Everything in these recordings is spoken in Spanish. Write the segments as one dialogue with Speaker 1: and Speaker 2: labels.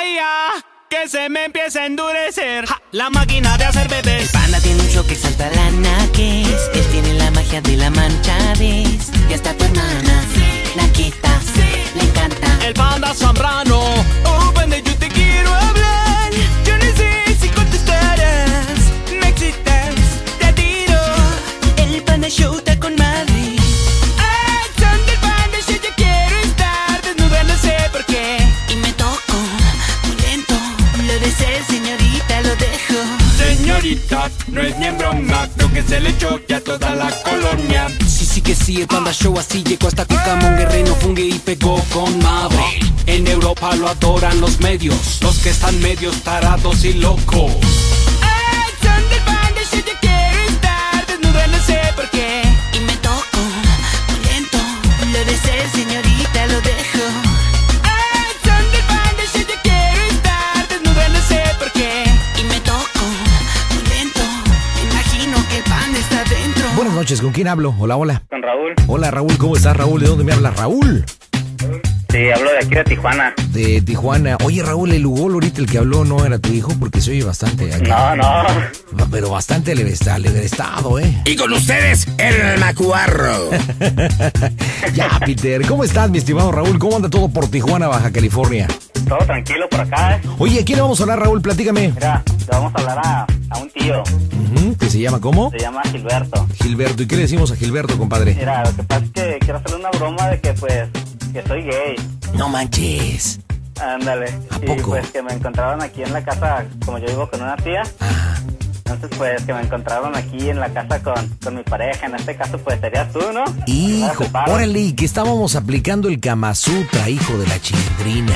Speaker 1: que se me empieza a endurecer la máquina de hacer bebés.
Speaker 2: El panda tiene un show que salta la naques. Él tiene la magia de la manchadez. Y hasta tu hermana, Naquita, le encanta.
Speaker 1: El panda Zambrano, oh panda, yo te quiero hablar. Yo no sé si contestarás, me excitas, te tiro.
Speaker 2: El Panda Show está con madre.
Speaker 1: Son del Panda Show, yo quiero estar desnuda, no sé por qué.
Speaker 2: Y me toco muy lento. Lo de ser señorita lo dejo.
Speaker 1: Señorita, no es ni en broma lo que se le echó ya a toda la colonia.
Speaker 3: Sí que sí, el Panda Show así llegó hasta Cucamonga, Guerrero, funge y pegó con madre. En Europa lo adoran los medios, los que están medios tarados y locos.
Speaker 1: Son del Panda Show, yo quiero estar desnuda, no sé por qué.
Speaker 2: Y me toco muy lento. Lo de ser señorita lo dejo.
Speaker 1: Son del Panda Show, yo quiero estar desnuda, no sé por qué.
Speaker 2: Y me toco muy lento. Imagino que el panda está dentro.
Speaker 4: Buenas noches, ¿con quién hablo? Hola, hola.
Speaker 5: Con Raúl.
Speaker 4: Hola, Raúl, ¿cómo estás, Raúl? ¿De dónde me hablas, Raúl?
Speaker 5: Sí, hablo de aquí de Tijuana.
Speaker 4: De Tijuana. Oye, Raúl, el Hugo ahorita el que habló no era tu hijo porque se oye bastante. Aquí.
Speaker 5: No.
Speaker 4: Pero bastante alegrestado, ¿eh?
Speaker 6: Y con ustedes, el Macuarro.
Speaker 4: Ya, Peter, ¿cómo estás, mi estimado Raúl? ¿Cómo anda todo por Tijuana, Baja California?
Speaker 5: Todo tranquilo por acá,
Speaker 4: Oye, ¿a quién le vamos a hablar, Raúl? Platícame.
Speaker 5: Mira, le vamos a hablar a un tío.
Speaker 4: ¿Que se llama cómo?
Speaker 5: Se llama Gilberto.
Speaker 4: Gilberto. ¿Y qué le decimos a Gilberto, compadre?
Speaker 5: Mira, lo que pasa es que quiero hacerle una broma de que, pues, que soy gay.
Speaker 4: No manches.
Speaker 5: Ándale.
Speaker 4: ¿A
Speaker 5: Y
Speaker 4: poco?
Speaker 5: pues que me encontraron aquí en la casa, como yo vivo con una tía.
Speaker 4: Ajá.
Speaker 5: Entonces, pues, que me encontraron aquí en la casa con mi pareja. En este caso, pues, serías tú, ¿no?
Speaker 4: Hijo,
Speaker 5: Me separo.
Speaker 4: órale, y que estábamos aplicando el Kama Sutra, hijo de la chilindrina.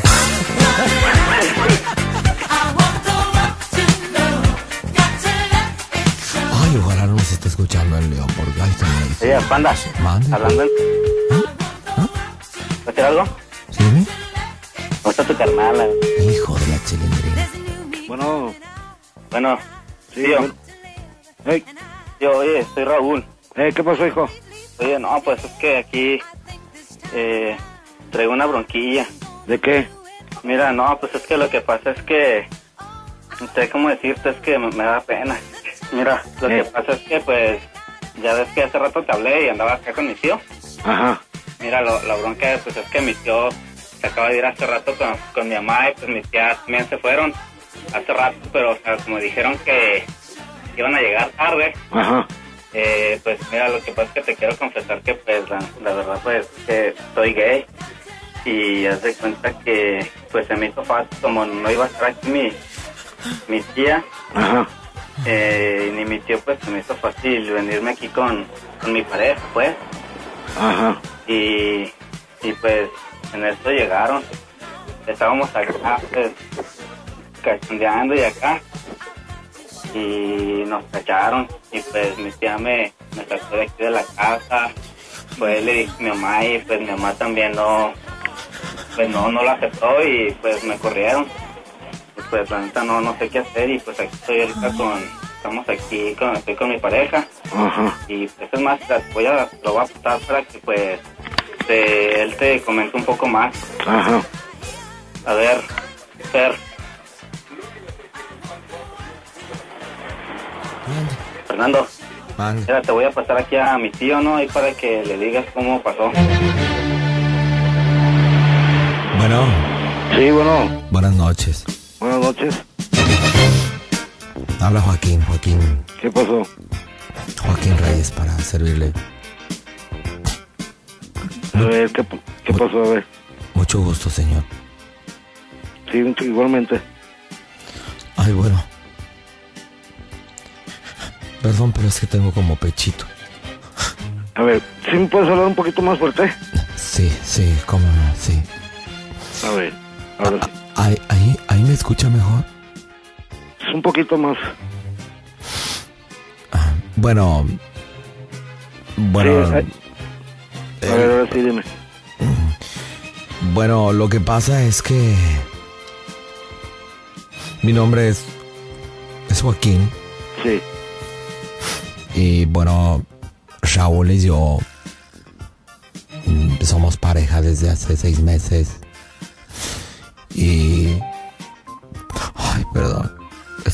Speaker 4: Ay, ojalá no nos esté escuchando el Leo, porque ahí está muy difícil.
Speaker 5: Oye, Panda.
Speaker 4: Mande.
Speaker 5: Hablando en... ¿Vas a decir algo?
Speaker 4: ¿Sí, dime?
Speaker 5: ¿Cómo está tu carnal?
Speaker 4: Hijo de la chilindrina.
Speaker 5: Bueno,
Speaker 7: Sí,
Speaker 5: tío.
Speaker 7: bueno. Hey,
Speaker 5: Tío, oye, soy Raúl.
Speaker 7: ¿qué pasó, hijo?
Speaker 5: Oye, no, pues es que aquí traigo una bronquilla.
Speaker 7: ¿De qué?
Speaker 5: Mira, no, pues es que lo que pasa es que, no sé cómo decirte, es que me da pena. Mira, lo que pasa es que, pues, ya ves que hace rato te hablé y andaba acá con mi tío.
Speaker 7: Ajá.
Speaker 5: Mira, la bronca, pues es que mi tío se acaba de ir hace rato con mi mamá y pues mis tías también se fueron hace rato, pero, o sea, como dijeron que iban a llegar tarde.
Speaker 7: Ajá.
Speaker 5: Pues mira, lo que pasa es que te quiero confesar que pues la verdad pues que soy gay y haz de cuenta que pues se me hizo fácil, como no iba a estar aquí mi tía.
Speaker 7: Ajá.
Speaker 5: Ni mi tío, pues se me hizo fácil venirme aquí con mi pareja, pues.
Speaker 7: Ajá.
Speaker 5: Y pues en esto llegaron, estábamos acá pues cachondeando y acá y nos cacharon y pues mi tía me sacó de aquí de la casa. Pues le dije a mi mamá y pues mi mamá también no lo aceptó y pues me corrieron. Y pues la neta no sé qué hacer y pues aquí estoy ahorita estoy con mi pareja.
Speaker 7: Ajá.
Speaker 5: Y pues es más, lo voy a pasar para que pues él te comente un poco más.
Speaker 7: Ajá.
Speaker 5: A ver, Fer. Fernando,
Speaker 4: Mande.
Speaker 5: mira, te voy a pasar aquí a mi tío, ¿no? Y para que le digas cómo pasó.
Speaker 4: Bueno,
Speaker 7: Sí, bueno.
Speaker 4: buenas noches.
Speaker 7: Buenas noches.
Speaker 4: Habla Joaquín
Speaker 7: ¿Qué pasó?
Speaker 4: Reyes para servirle.
Speaker 7: A ver, ¿qué pasó? A ver.
Speaker 4: Mucho gusto, señor.
Speaker 7: Sí, igualmente.
Speaker 4: Ay, bueno. Perdón, pero es que tengo como pechito.
Speaker 7: A ver, ¿sí me puedes hablar un poquito más fuerte?
Speaker 4: Sí, cómo no, sí.
Speaker 7: A ver, ahora sí.
Speaker 4: ¿Ahí me escucha mejor?
Speaker 7: Es un poquito más.
Speaker 4: Bueno...
Speaker 7: Sí, a ver, ahora sí, dime.
Speaker 4: Bueno, lo que pasa es que... Mi nombre es Joaquín.
Speaker 7: Sí.
Speaker 4: Y bueno, Raúl y yo somos pareja desde hace 6 meses. Y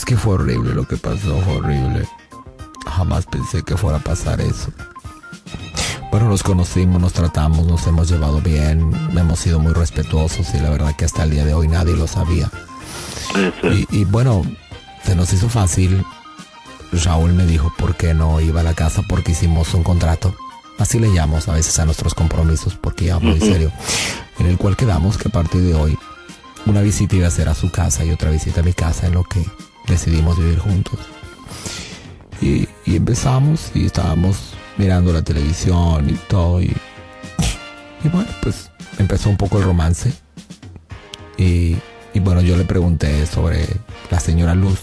Speaker 4: que fue horrible lo que pasó, fue horrible. Jamás pensé que fuera a pasar eso. Bueno, nos conocimos, nos tratamos, nos hemos llevado bien, hemos sido muy respetuosos y la verdad que hasta el día de hoy nadie lo sabía. Y bueno, se nos hizo fácil. Raúl me dijo por qué no iba a la casa, porque hicimos un contrato. Así le llamamos a veces a nuestros compromisos, porque ya muy serio. En el cual quedamos que a partir de hoy una visita iba a ser a su casa y otra visita a mi casa, en lo que decidimos vivir juntos. Y empezamos y estábamos mirando la televisión y todo. Y bueno, pues empezó un poco el romance. Y bueno, yo le pregunté sobre la señora Luz.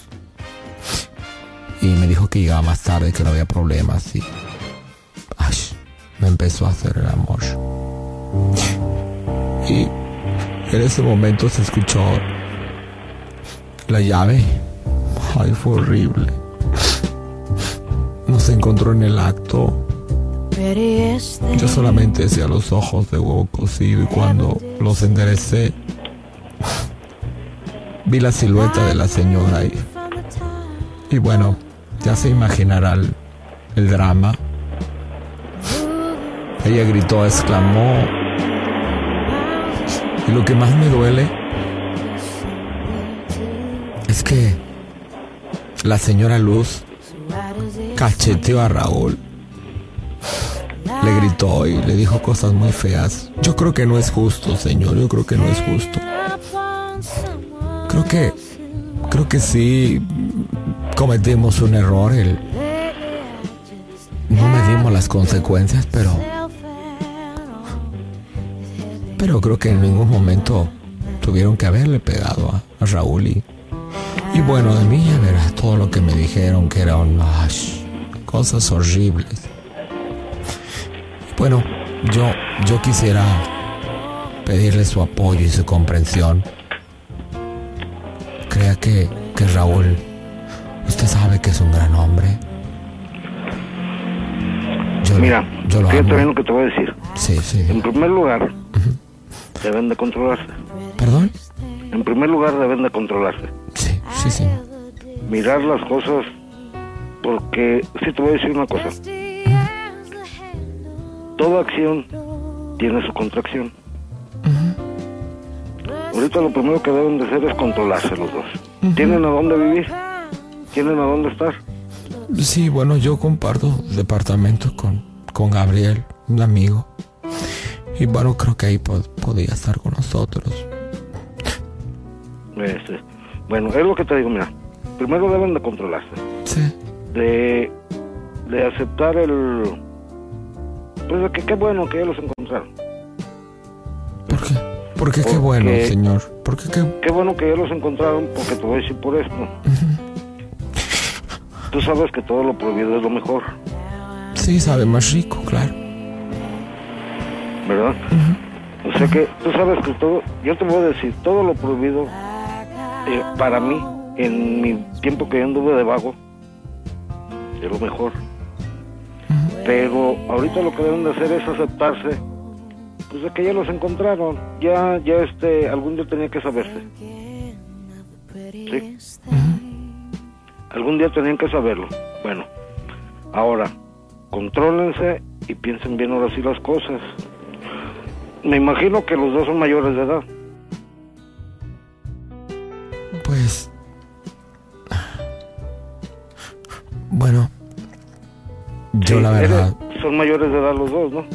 Speaker 4: Y me dijo que llegaba más tarde, que no había problemas. Y me empezó a hacer el amor. Y en ese momento se escuchó la llave. Ay, fue horrible. Nos encontró en el acto. Yo solamente hacía los ojos de huevo cocido y cuando los enderecé vi la silueta de la señora y bueno, ya se imaginará el drama. Ella gritó, exclamó. Y lo que más me duele es que la señora Luz cacheteó a Raúl. Le gritó y le dijo cosas muy feas. Yo creo que no es justo, señor. Yo creo que no es justo. Creo que sí cometimos un error. No medimos las consecuencias, pero creo que en ningún momento tuvieron que haberle pegado a Raúl. Y bueno, de mí ya verás todo lo que me dijeron, que eran cosas horribles. Bueno, yo quisiera pedirle su apoyo y su comprensión. Crea que Raúl, usted sabe que es un gran hombre.
Speaker 7: Mira,
Speaker 4: yo lo
Speaker 7: fíjate
Speaker 4: amo.
Speaker 7: bien lo que te voy a decir.
Speaker 4: Sí.
Speaker 7: En primer lugar, deben de controlarse.
Speaker 4: ¿Perdón?
Speaker 7: En primer lugar, deben de controlarse.
Speaker 4: Sí.
Speaker 7: Mirar las cosas, porque sí te voy a decir una cosa. Toda acción tiene su contracción. Ahorita lo primero que deben de hacer es controlarse los dos. ¿Tienen a dónde vivir? ¿Tienen a dónde estar?
Speaker 4: Sí, bueno, yo comparto departamento con Gabriel, un amigo. Y bueno, creo que ahí podía estar con nosotros.
Speaker 7: Bueno, es lo que te digo, mira. Primero deben de controlarse.
Speaker 4: Sí.
Speaker 7: De aceptar pues de que qué bueno que ya los encontraron.
Speaker 4: ¿Por qué? Porque qué bueno, señor. Porque
Speaker 7: qué bueno que ya los encontraron, porque te voy a decir por esto. Tú sabes que todo lo prohibido es lo mejor.
Speaker 4: Sí, sabe más rico, claro.
Speaker 7: ¿Verdad? O sea que tú sabes que todo, yo te voy a decir, todo lo prohibido, para mí, en mi tiempo que yo anduve de vago, es lo mejor. Pero ahorita lo que deben de hacer es aceptarse, pues de que ya los encontraron. Ya algún día tenía que saberse. ¿Sí? Algún día tenían que saberlo. Bueno, ahora, contrólense y piensen bien ahora sí las cosas. Me imagino que los dos son mayores de edad.
Speaker 4: Pues... Bueno... Yo
Speaker 7: sí,
Speaker 4: la verdad...
Speaker 7: Son mayores de edad los dos, ¿no?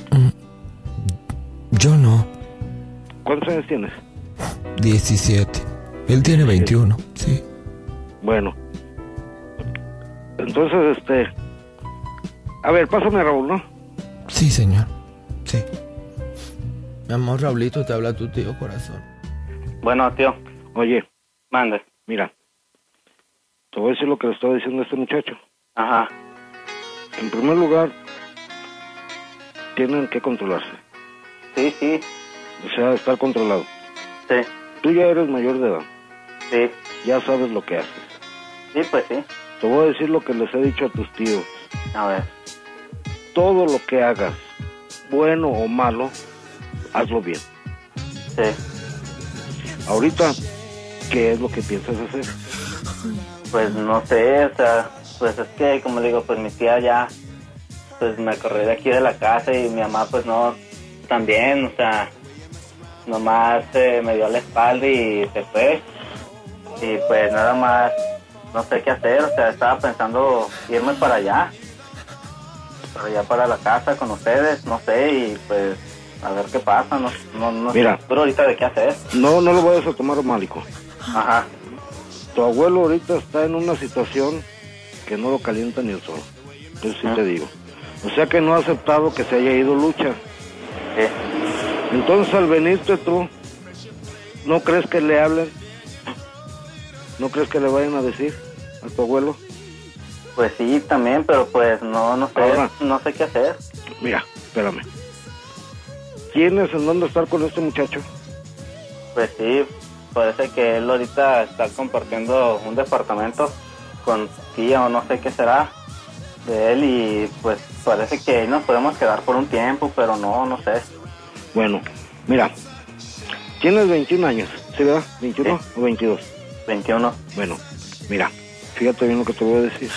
Speaker 4: Yo no.
Speaker 7: ¿Cuántos años tienes?
Speaker 4: 17. Él tiene 21, sí.
Speaker 7: Bueno. Entonces, a ver, pásame a Raúl, ¿no?
Speaker 4: Sí, señor. Sí. Mi amor, Raulito, te habla tu tío corazón.
Speaker 5: Bueno, tío,
Speaker 7: Oye,
Speaker 5: mande.
Speaker 7: mira. Te voy a decir lo que le estaba diciendo a este muchacho.
Speaker 5: Ajá.
Speaker 7: En primer lugar, tienen que controlarse.
Speaker 5: Sí.
Speaker 7: O sea, estar controlado.
Speaker 5: Sí.
Speaker 7: Tú ya eres mayor de edad.
Speaker 5: Sí.
Speaker 7: Ya sabes lo que haces.
Speaker 5: Sí, pues sí.
Speaker 7: Te voy a decir lo que les he dicho a tus tíos.
Speaker 5: A ver.
Speaker 7: Todo lo que hagas, bueno o malo, hazlo bien.
Speaker 5: Sí.
Speaker 7: Ahorita, ¿qué es lo que piensas hacer?
Speaker 5: Pues no sé, o sea, pues es que como le digo, pues mi tía ya, pues me corrió de aquí de la casa y mi mamá pues no, también, o sea, nomás me dio la espalda y se fue. Y pues nada más, no sé qué hacer, o sea, estaba pensando irme para allá para la casa con ustedes, no sé, y pues a ver qué pasa, no
Speaker 7: Mira,
Speaker 5: estoy seguro ahorita de qué hacer.
Speaker 7: No lo vayas a tomar málico.
Speaker 5: Ajá.
Speaker 7: Tu abuelo ahorita está en una situación que no lo calienta ni el sol. Eso sí te digo. O sea que no ha aceptado que se haya ido Lucha.
Speaker 5: Sí.
Speaker 7: Entonces al venirte tú, ¿no crees que le hablen? ¿No crees que le vayan a decir a tu abuelo?
Speaker 5: Pues sí, también, pero pues no sé,
Speaker 7: Ahora,
Speaker 5: no sé qué hacer.
Speaker 7: Mira, espérame. ¿Tienes en dónde estar con este muchacho?
Speaker 5: Pues sí, parece que él ahorita está compartiendo un departamento con tía o no sé qué será de él y pues parece que ahí nos podemos quedar por un tiempo, pero no sé.
Speaker 7: Bueno, mira, tienes 21 años, ¿sí verdad? ¿21
Speaker 5: Sí.
Speaker 7: o 22?
Speaker 5: 21.
Speaker 7: Bueno, mira, fíjate bien lo que te voy a decir.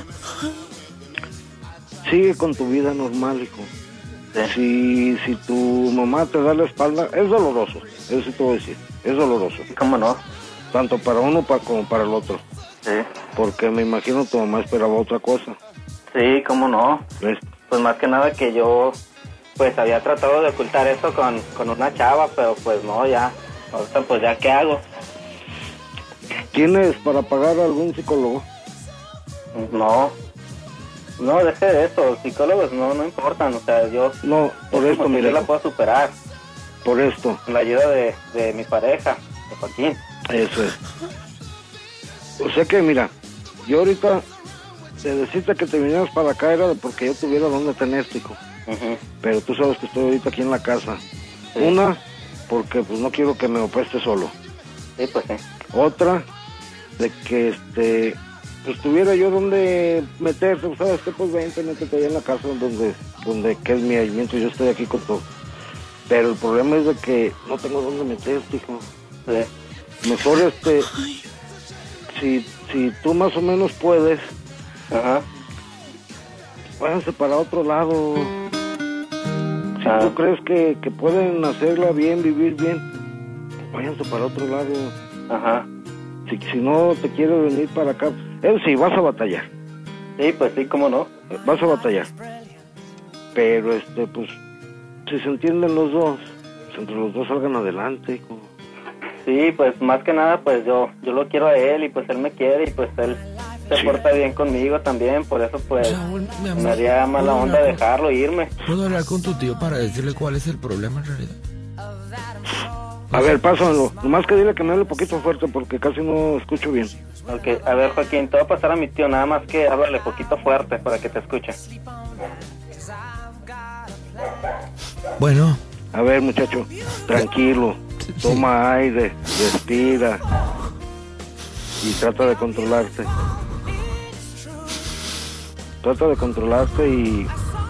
Speaker 7: Sigue con tu vida normal, hijo.
Speaker 5: Sí.
Speaker 7: Si tu mamá te da la espalda, es doloroso, eso sí te voy a decir, es doloroso.
Speaker 5: ¿Cómo no?
Speaker 7: Tanto para uno como para el otro.
Speaker 5: Sí.
Speaker 7: Porque me imagino tu mamá esperaba otra cosa.
Speaker 5: Sí, ¿cómo no?
Speaker 7: ¿Ves?
Speaker 5: Pues más que nada que yo pues había tratado de ocultar eso con una chava, pero pues no, ya. Ahorita pues ya, ¿qué hago?
Speaker 7: ¿Tienes para pagar a algún psicólogo?
Speaker 5: No, deje de eso, psicólogos no importan, o sea, yo...
Speaker 7: No, por esto, mira.
Speaker 5: Yo la puedo superar,
Speaker 7: Por esto.
Speaker 5: con la ayuda de mi pareja, de Joaquín.
Speaker 7: Eso es. O sea que, mira, yo ahorita te decía que te vinieras para acá era porque yo tuviera dónde tenerte, hijo.
Speaker 5: Uh-huh.
Speaker 7: Pero tú sabes que estoy ahorita aquí en la casa.
Speaker 5: Sí.
Speaker 7: Una, porque pues no quiero que me opeste solo.
Speaker 5: Sí, pues sí.
Speaker 7: Otra, de que pues tuviera yo donde meterte, pues, ¿sabes qué? Pues métete allá en la casa donde que es mi alimento, yo estoy aquí con todo. Pero el problema es de que no tengo dónde meterte, hijo.
Speaker 5: Sí.
Speaker 7: Mejor si tú más o menos puedes,
Speaker 5: Ajá.
Speaker 7: váyanse para otro lado. Si tú crees que pueden hacerla bien, vivir bien, váyanse para otro lado.
Speaker 5: Ajá.
Speaker 7: Si no te quieres venir para acá, eso sí, vas a batallar.
Speaker 5: Sí, pues sí, ¿cómo no?
Speaker 7: Vas a batallar. Pero pues, si se entienden los dos, pues entre los dos salgan adelante, hijo.
Speaker 5: Sí, pues más que nada, pues yo lo quiero a él y pues él me quiere y pues él se porta bien conmigo también, por eso pues
Speaker 4: Raúl, mi amor,
Speaker 5: me haría mala
Speaker 4: ¿puedo
Speaker 5: onda
Speaker 4: hablar
Speaker 5: dejarlo irme.
Speaker 4: ¿Puedo hablar con tu tío para decirle cuál es el problema en realidad?
Speaker 7: A ver, pásamelo. Nomás que dile que me hable un poquito fuerte porque casi no escucho bien.
Speaker 5: Okay. A ver, Joaquín, te voy a pasar a mi tío, nada más que háblale poquito fuerte para que te escuche.
Speaker 4: Bueno.
Speaker 7: A ver, muchacho, tranquilo. Toma aire, respira y trata de controlarte. Trata de controlarte y...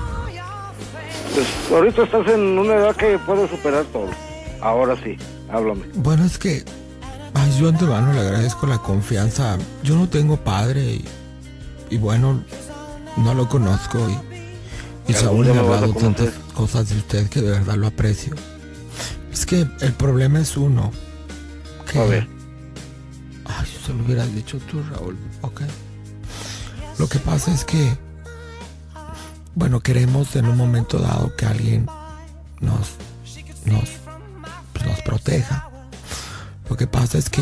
Speaker 7: Pues ahorita estás en una edad que puedes superar todo. Ahora sí, háblame.
Speaker 4: Bueno, es que yo antemano le agradezco la confianza. Yo no tengo padre y bueno, no lo conozco y Saúl me ha hablado tantas cosas de usted que de verdad lo aprecio. Es que el problema es uno. Que...
Speaker 7: A ver.
Speaker 4: Ay, se lo hubieras dicho tú, Raúl, ok. Lo que pasa es que, bueno, queremos en un momento dado que alguien nos proteja. Lo que pasa es que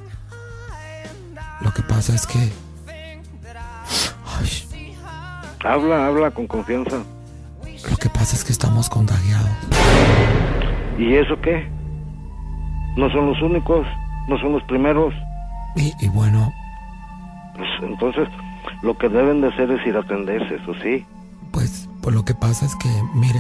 Speaker 4: ay,
Speaker 7: habla con confianza.
Speaker 4: Lo que pasa es que estamos contagiados.
Speaker 7: ¿Y eso qué? No son los únicos, no son los primeros.
Speaker 4: Y bueno,
Speaker 7: pues entonces lo que deben de hacer es ir a atenderse, eso sí.
Speaker 4: Pues lo que pasa es que, mire,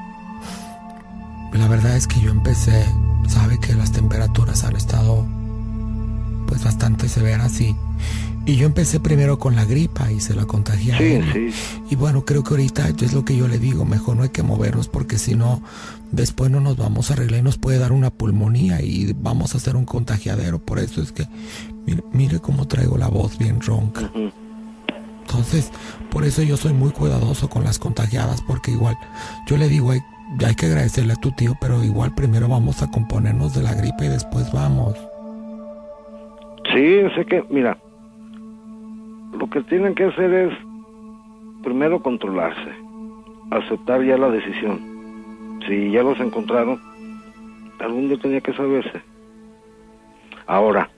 Speaker 4: la verdad es que yo empecé, sabe que las temperaturas han estado pues bastante severas y yo empecé primero con la gripa y se la contagié a él.
Speaker 7: Sí.
Speaker 4: Y bueno, creo que ahorita es lo que yo le digo, mejor no hay que movernos porque si no, después no nos vamos a arreglar y nos puede dar una pulmonía y vamos a hacer un contagiadero. Por eso es que Mire cómo traigo la voz bien ronca. Entonces, por eso yo soy muy cuidadoso con las contagiadas, porque igual, yo le digo, hay que agradecerle a tu tío, pero igual primero vamos a componernos de la gripe y después vamos.
Speaker 7: Sí, sé que, mira, lo que tienen que hacer es primero controlarse, aceptar ya la decisión. Si ya los encontraron, algún día tenía que saberse. Ahora,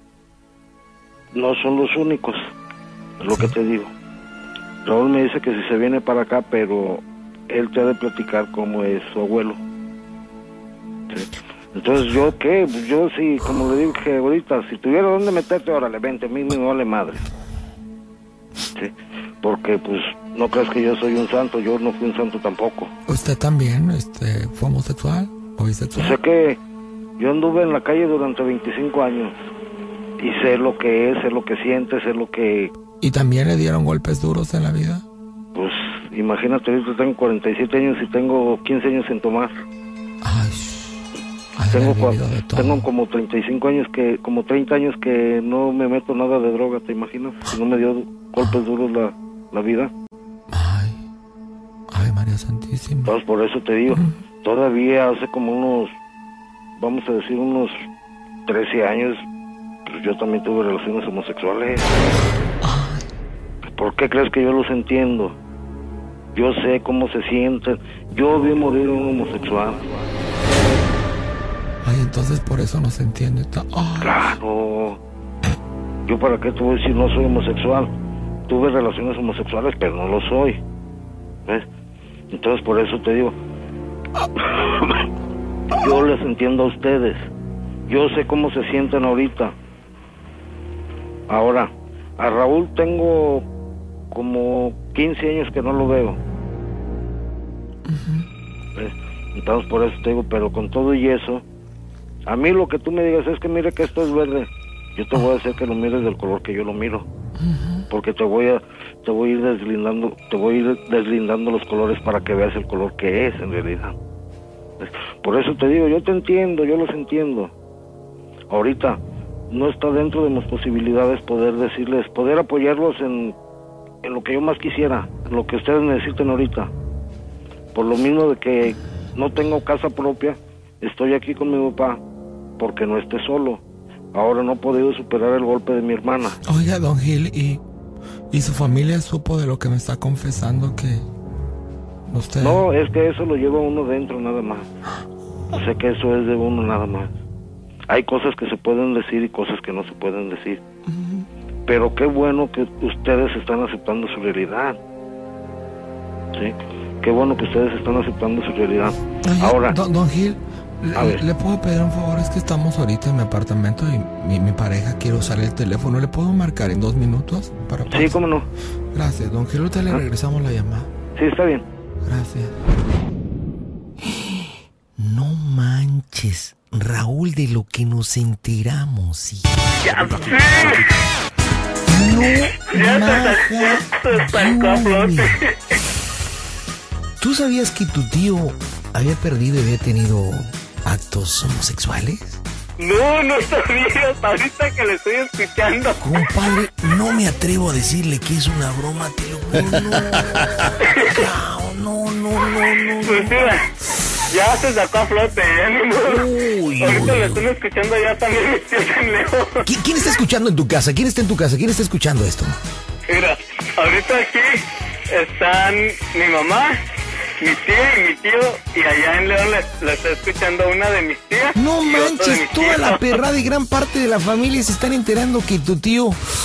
Speaker 7: no son los únicos, es lo que te digo. Raúl me dice que si se viene para acá, pero él te ha de platicar cómo es su abuelo. ¿Sí? Entonces, ¿yo qué? Pues yo sí, como le digo que ahorita, si tuviera dónde meterte, órale, vente, a mí me vale madre. ¿Sí? Porque, pues, no crees que yo soy un santo, yo no fui un santo tampoco.
Speaker 4: ¿Usted también fue homosexual o bisexual?
Speaker 7: Sé que yo anduve en la calle durante 25 años y sé lo que es, sé lo que siente, sé lo que...
Speaker 4: ¿Y también le dieron golpes duros en la vida?
Speaker 7: Pues, imagínate, ahorita tengo 47 años y tengo 15 años sin tomar. Tengo como 35 años como 30 años que no me meto nada de droga, ¿te imaginas? Si no me dio golpes duros la vida.
Speaker 4: Ay, María Santísima.
Speaker 7: Entonces, por eso te digo, todavía hace como unos, vamos a decir, unos 13 años, pues yo también tuve relaciones homosexuales. ¿Por qué crees que yo los entiendo? Yo sé cómo se sienten. Yo vi morir a un homosexual.
Speaker 4: Ay, entonces por eso no se entiende.
Speaker 7: Claro. Yo para qué te voy a decir no soy homosexual. Tuve relaciones homosexuales, pero no lo soy. ¿Ves? Entonces por eso te digo, yo les entiendo a ustedes. Yo sé cómo se sienten ahorita. Ahora, a Raúl tengo como 15 años que no lo veo. ¿Ves? Entonces por eso te digo, pero con todo y eso, a mí lo que tú me digas es que mire que esto es verde. Yo te voy a hacer que lo mires del color que yo lo miro. Porque te voy a ir deslindando los colores para que veas el color que es en realidad. Por eso te digo, yo te entiendo, yo los entiendo. Ahorita no está dentro de mis posibilidades poder decirles, poder apoyarlos en lo que yo más quisiera, en lo que ustedes necesiten ahorita. Por lo mismo de que no tengo casa propia, estoy aquí con mi papá porque no esté solo. Ahora no he podido superar el golpe de mi hermana.
Speaker 4: Oiga, don Gil, ¿y su familia supo de lo que me está confesando que usted...?
Speaker 7: No, es que eso lo lleva uno dentro nada más. Sé que eso es de uno nada más. Hay cosas que se pueden decir y cosas que no se pueden decir. Pero qué bueno que ustedes están aceptando su realidad. ¿Sí? Qué bueno que ustedes están aceptando su realidad.
Speaker 4: Oye,
Speaker 7: ahora...
Speaker 4: Don Gil, ¿le puedo pedir un favor? Es que estamos ahorita en mi apartamento y mi pareja quiere usar el teléfono. ¿Le puedo marcar en 2 minutos?
Speaker 7: Sí, cómo no.
Speaker 4: Gracias, don Gil. Ahorita le regresamos la llamada.
Speaker 7: Sí, está bien.
Speaker 4: Gracias.
Speaker 6: No manches, Raúl, de lo que nos enteramos.
Speaker 8: ¡Ya sé!
Speaker 6: No, ¿tú sabías que tu tío había perdido y había tenido actos homosexuales?
Speaker 8: No, no sabía, ahorita que le estoy escuchando.
Speaker 6: Compadre, no me atrevo a decirle que es una broma, te lo juro. No.
Speaker 8: Pues mira, ya se sacó a flote, ahorita lo están escuchando ya también mis tíos en lejos.
Speaker 6: ¿Quién está escuchando en tu casa? ¿Quién está en tu casa? ¿Quién está escuchando esto?
Speaker 8: Mira, ahorita aquí están mi mamá, mi tía y mi tío, y allá en León la está escuchando una de mis tías.
Speaker 6: No manches, toda la perrada y gran parte de la familia se están enterando que tu tío...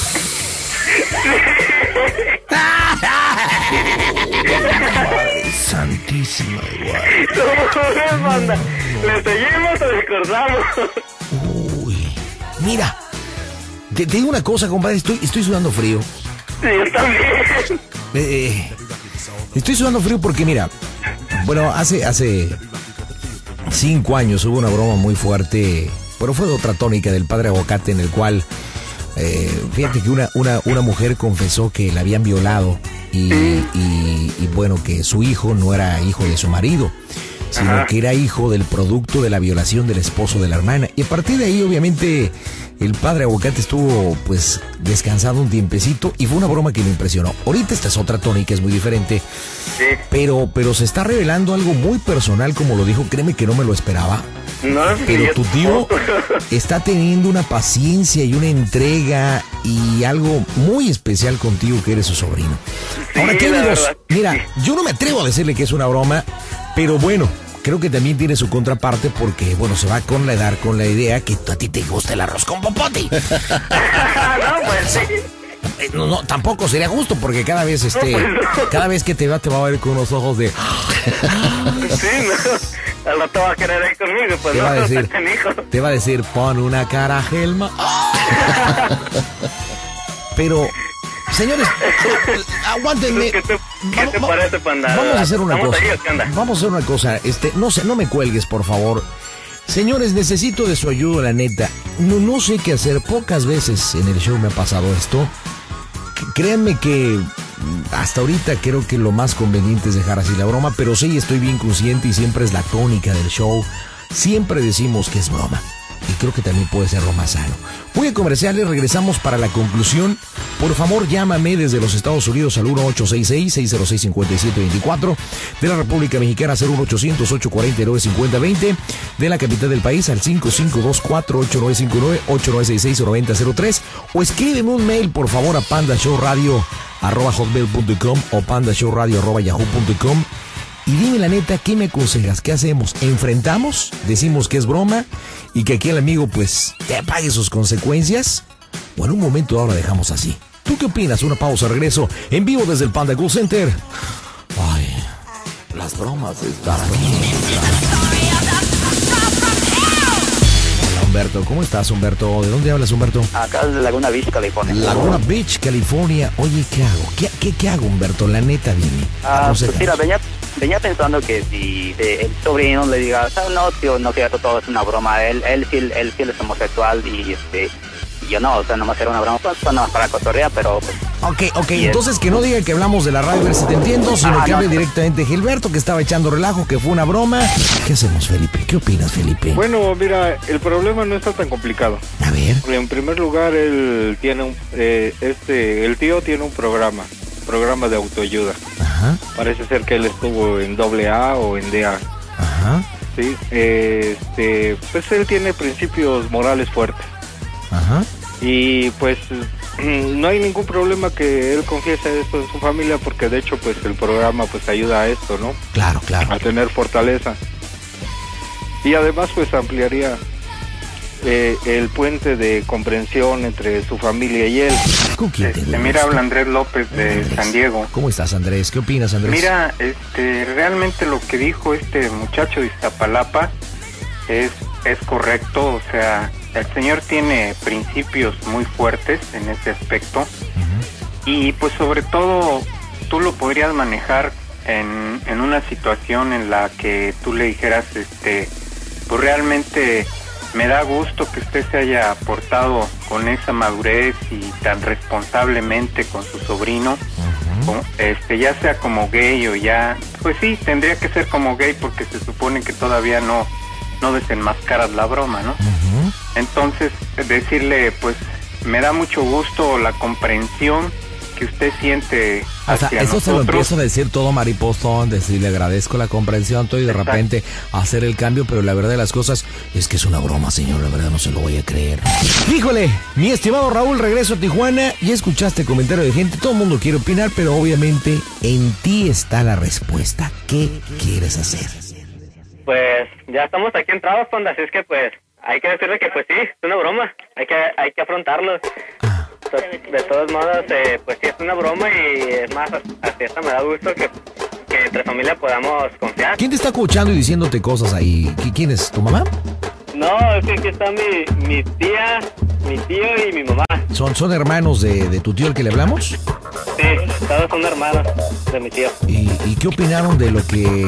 Speaker 6: Madre santísima, igual.
Speaker 8: No, banda, ¿le seguimos o le cortamos?
Speaker 6: Uy, mira, te digo una cosa, compadre, estoy sudando frío.
Speaker 8: Sí, yo también.
Speaker 6: Estoy sudando frío porque, mira, bueno, hace 5 años hubo una broma muy fuerte, pero fue de otra tónica del padre Aguacate, en el cual, fíjate que una mujer confesó que la habían violado y bueno, que su hijo no era hijo de su marido, sino que era hijo del producto de la violación del esposo de la hermana. Y a partir de ahí, obviamente, el padre Aguacate estuvo pues descansando un tiempecito y fue una broma que me impresionó. Ahorita esta es otra tónica, es muy diferente.
Speaker 8: Sí.
Speaker 6: Pero se está revelando algo muy personal, como lo dijo, créeme que no me lo esperaba.
Speaker 8: No,
Speaker 6: Pero tu tío está teniendo una paciencia y una entrega y algo muy especial contigo, que eres su sobrino.
Speaker 8: Sí,
Speaker 6: Ahora, ¿qué
Speaker 8: la
Speaker 6: amigos?
Speaker 8: verdad,
Speaker 6: Mira,
Speaker 8: sí.
Speaker 6: yo no me atrevo a decirle que es una broma, pero bueno, creo que también tiene su contraparte porque, bueno, se va con la idea que a ti te gusta el arroz con popote.
Speaker 8: No, pues sí.
Speaker 6: No, tampoco sería justo porque cada vez cada vez que te va a ver con unos ojos de...
Speaker 8: Sí, no. Al rato va a querer ir conmigo, pues
Speaker 6: Te
Speaker 8: no,
Speaker 6: va a decir,
Speaker 8: está canijo.
Speaker 6: te va a decir, pon una cara, Helma. Pero, señores, aguántenme.
Speaker 8: ¿Qué te parece, Panda?
Speaker 6: Vamos a hacer una
Speaker 8: ¿Estamos
Speaker 6: cosa.
Speaker 8: ahí o qué onda?
Speaker 6: Vamos a hacer una cosa. No me cuelgues, por favor. Señores, necesito de su ayuda, la neta. No sé qué hacer. Pocas veces en el show me ha pasado esto. Créanme que hasta ahorita creo que lo más conveniente es dejar así la broma, pero sí estoy bien consciente y siempre es la tónica del show. Siempre decimos que es broma. Y creo que también puede ser lo más sano. Voy a comerciales, regresamos para la conclusión. Por favor, llámame desde los Estados Unidos al 1-866-606-5724, de la República Mexicana al 1-800-849-5020, de la capital del país al 5524-8959-8966-9003, o escríbeme un mail, por favor, a pandashowradio@hotmail.com o pandashowradio@yahoo.com. Y dime la neta, ¿qué me aconsejas? ¿Qué hacemos? ¿Enfrentamos? ¿Decimos que es broma? ¿Y que aquí el amigo pues te pague sus consecuencias? ¿O en un momento ahora dejamos así? ¿Tú qué opinas? Una pausa, regreso en vivo desde el Panda Cool Center. Ay, las bromas están... Hola Humberto, ¿cómo estás Humberto? ¿De dónde hablas Humberto?
Speaker 9: Acá de Laguna Beach, California.
Speaker 6: Laguna Beach, California. Oye, ¿qué hago? ¿Qué hago Humberto? La neta, dime.
Speaker 9: Pues mira, venía pensando que si el sobrino le diga, no, tío, no quiero, todo es una broma. Él sí es homosexual y yo no, o sea, nomás era una broma, pues nomás para cotorrear, pero... Pues,
Speaker 6: Ok, entonces que no diga que hablamos de la radio a ver si te entiendo, sino que hable directamente Gilberto, que estaba echando relajo, que fue una broma. ¿Qué hacemos, Felipe? ¿Qué opinas, Felipe?
Speaker 7: Bueno, mira, el problema no está tan complicado.
Speaker 6: A ver.
Speaker 7: En primer lugar, él tiene el tío tiene un programa de autoayuda.
Speaker 6: Ajá.
Speaker 7: Parece ser que él estuvo en AA o en DA.
Speaker 6: Ajá.
Speaker 7: Sí, pues él tiene principios morales fuertes.
Speaker 6: Ajá.
Speaker 7: Y pues no hay ningún problema que él confiese esto en su familia, porque de hecho pues el programa pues ayuda a esto, ¿no?
Speaker 6: Claro.
Speaker 7: A tener fortaleza. Y además pues ampliaría el puente de comprensión entre su familia y él.
Speaker 6: ¿Con quién te gusta?
Speaker 5: Mira, habla Andrés López de
Speaker 6: Andrés.
Speaker 5: San Diego.
Speaker 6: ¿Cómo estás, Andrés? ¿Qué opinas, Andrés?
Speaker 5: Mira, realmente lo que dijo este muchacho de Iztapalapa es correcto. O sea, el señor tiene principios muy fuertes en ese aspecto. Y pues sobre todo tú lo podrías manejar en una situación en la que tú le dijeras, pues realmente me da gusto que usted se haya portado con esa madurez y tan responsablemente con su sobrino, ya sea como gay o ya, pues sí, tendría que ser como gay porque se supone que todavía no desenmascaras la broma, ¿no? Entonces, decirle, pues, me da mucho gusto la comprensión que usted siente hacia
Speaker 6: eso
Speaker 5: nosotros.
Speaker 6: se lo empiezo a decir todo mariposón, decirle agradezco la comprensión, todo y de repente hacer el cambio, pero la verdad de las cosas es que es una broma, señor, la verdad no se lo voy a creer. Híjole, mi estimado Raúl, regreso a Tijuana, ya escuchaste el comentario de gente, todo el mundo quiere opinar, pero obviamente en ti está la respuesta. ¿Qué quieres hacer?
Speaker 8: Pues ya estamos aquí entrados, Panda, así es que pues hay que decirle que pues sí, es una broma, hay que afrontarlo. De todos modos, pues sí es una broma y es más, así hasta me da gusto que entre familia podamos confiar.
Speaker 6: ¿Quién te está escuchando y diciéndote cosas ahí? ¿Quién es? ¿Tu mamá?
Speaker 8: No, es que aquí está mi tía, mi tío y mi mamá.
Speaker 6: ¿Son hermanos de tu tío al que le hablamos?
Speaker 8: Sí, todos son hermanos de mi tío.
Speaker 6: ¿Y qué opinaron de lo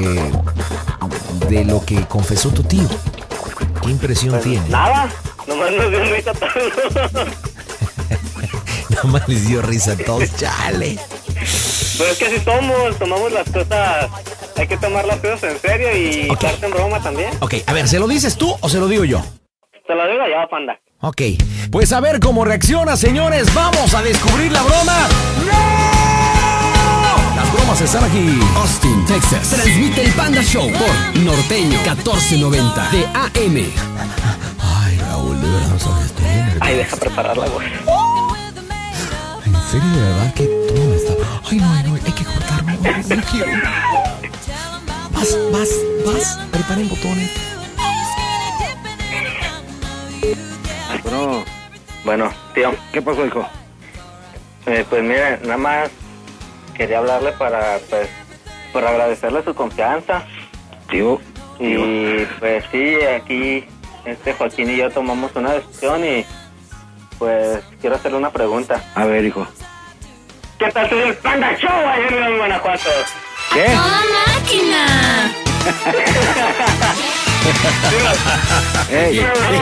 Speaker 6: que confesó tu tío? ¿Qué impresión
Speaker 8: Pues
Speaker 6: tiene?
Speaker 8: nada, nomás nos dio risa a todos.
Speaker 6: Nada más les dio risa a todos, chale.
Speaker 8: Pero es que así tomamos las cosas, hay que tomar las cosas en serio y echarse en broma también.
Speaker 6: Ok, a ver, ¿se lo dices tú o se lo digo yo?
Speaker 8: Se lo digo yo, Panda.
Speaker 6: Ok, Pues a ver cómo reacciona, señores. Vamos a descubrir la broma. ¡No! Las bromas están aquí.
Speaker 3: Austin, Texas. Transmite el Panda Show por Norteño 1490 de AM.
Speaker 6: Ay, Raúl, de verdad no sabes, estoy bien nervioso.
Speaker 8: Ay, deja preparar la voz.
Speaker 6: En serio, de verdad que todo me está... Ay, no, hay que cortarme. No quiero. Vas. Preparen botones.
Speaker 8: Bueno, tío.
Speaker 7: ¿Qué pasó, hijo?
Speaker 8: Pues mire, nada más quería hablarle para agradecerle su confianza.
Speaker 7: Tío.
Speaker 8: Y pues sí, aquí Joaquín y yo tomamos una decisión y pues quiero hacerle una pregunta.
Speaker 7: A ver, hijo.
Speaker 8: ¿Qué tal el Panda Show allá en León, Guanajuato?
Speaker 7: ¿Qué?
Speaker 10: ¡Toda máquina!
Speaker 7: Ey.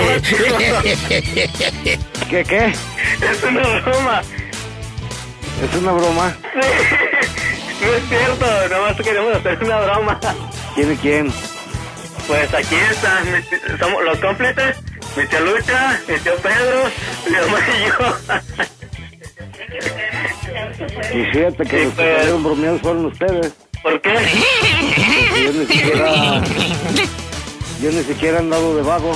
Speaker 7: ¿Qué?
Speaker 8: Es una broma.
Speaker 7: ¿Es una broma?
Speaker 8: No es cierto, nada más queremos hacer una broma.
Speaker 7: ¿Quién y quién?
Speaker 8: Pues aquí están, somos los cómplices, mi tía Lucha, mi tío Pedro, mi mamá y yo.
Speaker 7: Y fíjate que los que salieron bromeados fueron ustedes.
Speaker 8: ¿Por qué?
Speaker 7: Porque yo ni siquiera he andado de vago.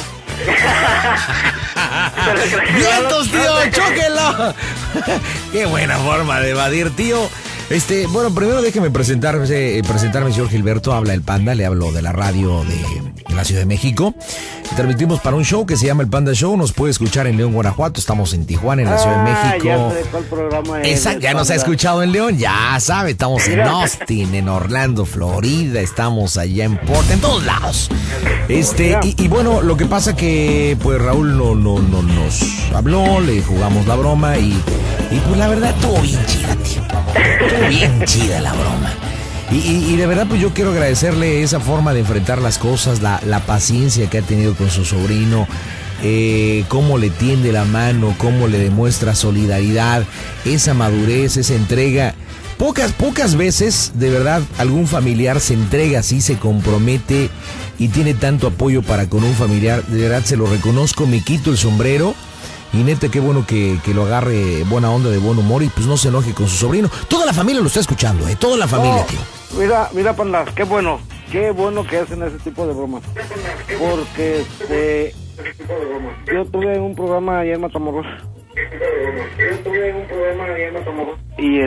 Speaker 6: ¡Vientos, tío! ¡Chóquenlo! ¡Qué buena forma de evadir, tío! Bueno, primero déjeme presentarme, señor Gilberto. Habla el Panda, le hablo de la radio de la Ciudad de México. Transmitimos para un show que se llama El Panda Show. Nos puede escuchar en León, Guanajuato. Estamos en Tijuana, en la Ciudad de México.
Speaker 7: Ya sé cuál programa es.
Speaker 6: Exacto, ya nos ha escuchado en León, ya sabe. Estamos en Austin, en Orlando, Florida. Estamos allá en Portland, en todos lados. Y bueno, lo que pasa que pues Raúl no nos habló, le jugamos la broma y pues la verdad estuvo bien chida, tío. Estuvo bien chida la broma. Y de verdad pues yo quiero agradecerle esa forma de enfrentar las cosas, la paciencia que ha tenido con su sobrino, cómo le tiende la mano, cómo le demuestra solidaridad, esa madurez, esa entrega. Pocas veces, de verdad, algún familiar se entrega así, se compromete y tiene tanto apoyo para con un familiar. De verdad se lo reconozco, me quito el sombrero. Y neta, qué bueno que lo agarre buena onda, de buen humor y pues no se enoje con su sobrino. Toda la familia lo está escuchando, toda la familia, tío.
Speaker 7: Mira, Panda, qué bueno que hacen ese tipo de bromas. Porque yo tuve un programa allá en Matamoros. Y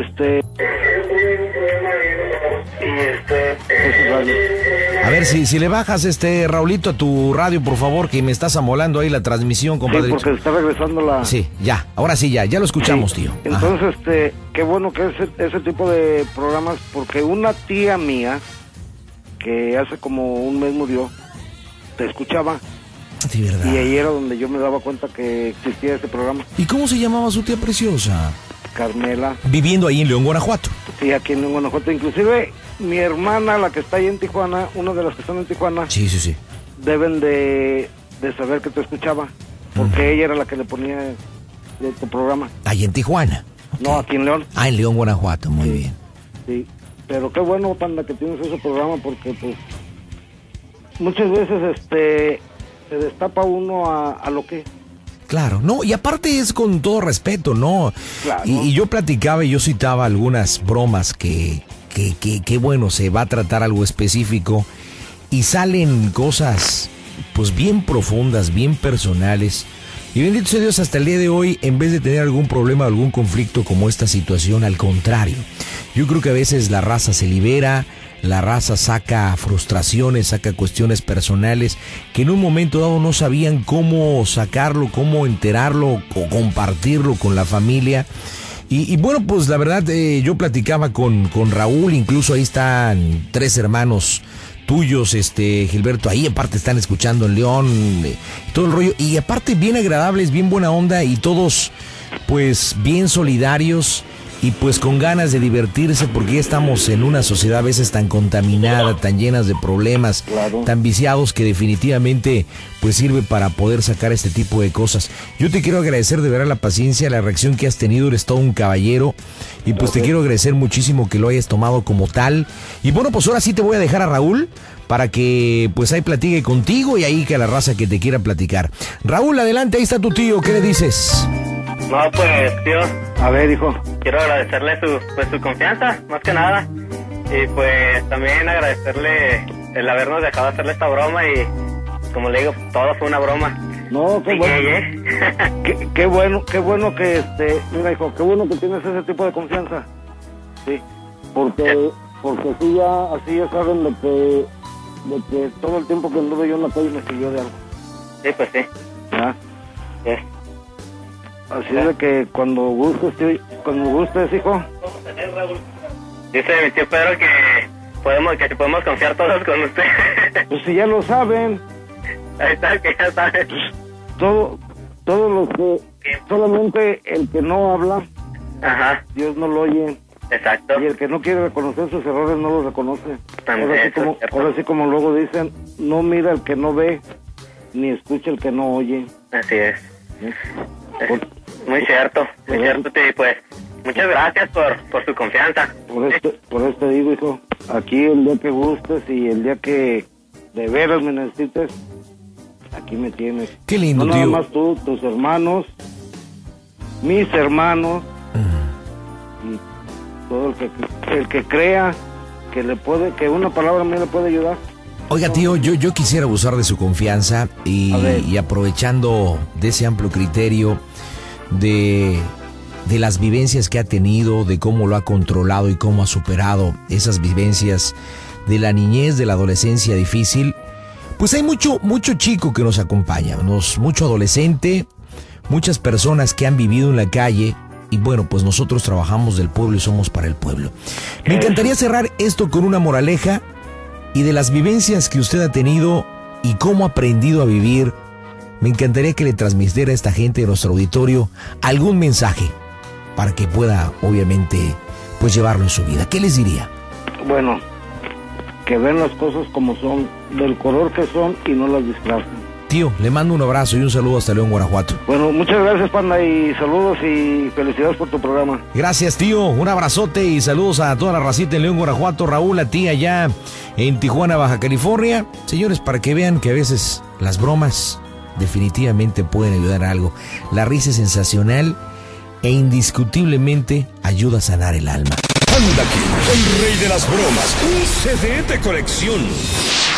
Speaker 6: A ver, si le bajas, Raulito, a tu radio, por favor, que me estás amolando ahí la transmisión, compadrito.
Speaker 7: Sí, porque está regresando la...
Speaker 6: Sí, ya, ahora sí, ya lo escuchamos, sí, tío.
Speaker 7: Entonces, qué bueno que ese tipo de programas, porque una tía mía, que hace como un mes murió, te escuchaba.
Speaker 6: Sí, verdad.
Speaker 7: Y ahí era donde yo me daba cuenta que existía ese programa.
Speaker 6: ¿Y cómo se llamaba su tía preciosa?
Speaker 7: Carmela.
Speaker 6: Viviendo ahí en León, Guanajuato.
Speaker 7: Sí, aquí en León, Guanajuato. Inclusive, mi hermana, la que está ahí en Tijuana, una de las que están en Tijuana.
Speaker 6: Sí.
Speaker 7: Deben de saber que te escuchaba. Porque ella era la que le ponía de tu programa.
Speaker 6: Ahí en Tijuana.
Speaker 7: Okay. No, aquí en León.
Speaker 6: Ah, en León, Guanajuato, muy bien.
Speaker 7: Sí, pero qué bueno, Panda, que tienes ese programa, porque pues muchas veces se destapa uno a lo que...
Speaker 6: Claro, no, y aparte es con todo respeto, ¿no?
Speaker 7: Claro.
Speaker 6: Y yo platicaba y yo citaba algunas bromas que bueno, se va a tratar algo específico y salen cosas pues bien profundas, bien personales. Y bendito sea Dios, hasta el día de hoy, en vez de tener algún problema, algún conflicto como esta situación, al contrario, yo creo que a veces la raza se libera, la raza saca frustraciones, saca cuestiones personales que en un momento dado no sabían cómo sacarlo, cómo enterarlo o compartirlo con la familia. Y bueno, pues la verdad, yo platicaba con Raúl, incluso ahí están 3 hermanos tuyos, Gilberto, ahí aparte están escuchando en León, todo el rollo, y aparte bien agradables, bien buena onda y todos pues bien solidarios. y pues con ganas de divertirse, porque ya estamos en una sociedad a veces tan contaminada, tan llenas de problemas, tan viciados, que definitivamente pues sirve para poder sacar este tipo de cosas. Yo te quiero agradecer de verdad la paciencia, la reacción que has tenido, eres todo un caballero, y pues te quiero agradecer muchísimo que lo hayas tomado como tal. Y bueno, pues ahora sí te voy a dejar a Raúl para que pues ahí platique contigo y ahí que a la raza que te quiera platicar. Raúl, adelante, ahí está tu tío, ¿qué le dices?
Speaker 8: No, pues, tío.
Speaker 7: A ver, hijo.
Speaker 8: Quiero agradecerle su confianza, más que nada. Y pues también agradecerle el habernos dejado hacerle esta broma y, como le digo, todo fue una broma.
Speaker 7: No, qué bueno. Qué bueno que, mira, hijo, qué bueno que tienes ese tipo de confianza. Sí, porque sí ya saben de que todo el tiempo que anduve yo en la calle me siguió de algo.
Speaker 8: Sí, pues sí.
Speaker 7: ¿Ah?
Speaker 8: Sí.
Speaker 7: Así es de que cuando gustes, hijo.
Speaker 8: Dice mi tío Pedro que podemos confiar todos con usted.
Speaker 7: Pues si ya lo saben.
Speaker 8: Ahí está, que ya saben.
Speaker 7: Todo lo que, solamente el que no habla,
Speaker 8: ajá,
Speaker 7: Dios no lo oye.
Speaker 8: Exacto.
Speaker 7: Y el que no quiere reconocer sus errores no los reconoce.
Speaker 8: También,
Speaker 7: ahora sí como luego dicen, no mira el que no ve, ni escucha el que no oye.
Speaker 8: Así es.
Speaker 7: ¿Sí?
Speaker 8: Muy cierto, tío. Pues muchas gracias por su confianza.
Speaker 7: Por esto digo, hijo, aquí el día que gustes y el día que de veras me necesites, aquí me tienes.
Speaker 6: Qué lindo,
Speaker 7: no
Speaker 6: tío.
Speaker 7: Nada más tú, tus hermanos, mis hermanos, y todo el que crea que una palabra me le puede ayudar.
Speaker 6: Oiga, tío, yo quisiera abusar de su confianza y aprovechando de ese amplio criterio de las vivencias que ha tenido, de cómo lo ha controlado y cómo ha superado esas vivencias de la niñez, de la adolescencia difícil. Pues hay mucho chico que nos acompaña, mucho adolescente, muchas personas que han vivido en la calle. Y bueno, pues nosotros trabajamos del pueblo y somos para el pueblo. Me encantaría cerrar esto con una moraleja y de las vivencias que usted ha tenido y cómo ha aprendido a vivir. Me encantaría que le transmitiera a esta gente de nuestro auditorio algún mensaje para que pueda, obviamente, pues llevarlo en su vida. ¿Qué les diría?
Speaker 7: Bueno, que ven las cosas como son, del color que son y no las disfrazan.
Speaker 6: Tío, le mando un abrazo y un saludo hasta León, Guanajuato.
Speaker 7: Bueno, muchas gracias, Panda, y saludos y felicidades por tu programa.
Speaker 6: Gracias, tío. Un abrazote y saludos a toda la racita en León, Guanajuato. Raúl, a ti allá en Tijuana, Baja California. Señores, para que vean que a veces las bromas definitivamente pueden ayudar a algo. La risa es sensacional e indiscutiblemente ayuda a sanar el alma.
Speaker 11: Panda King, el rey de las bromas. Un CD de colección.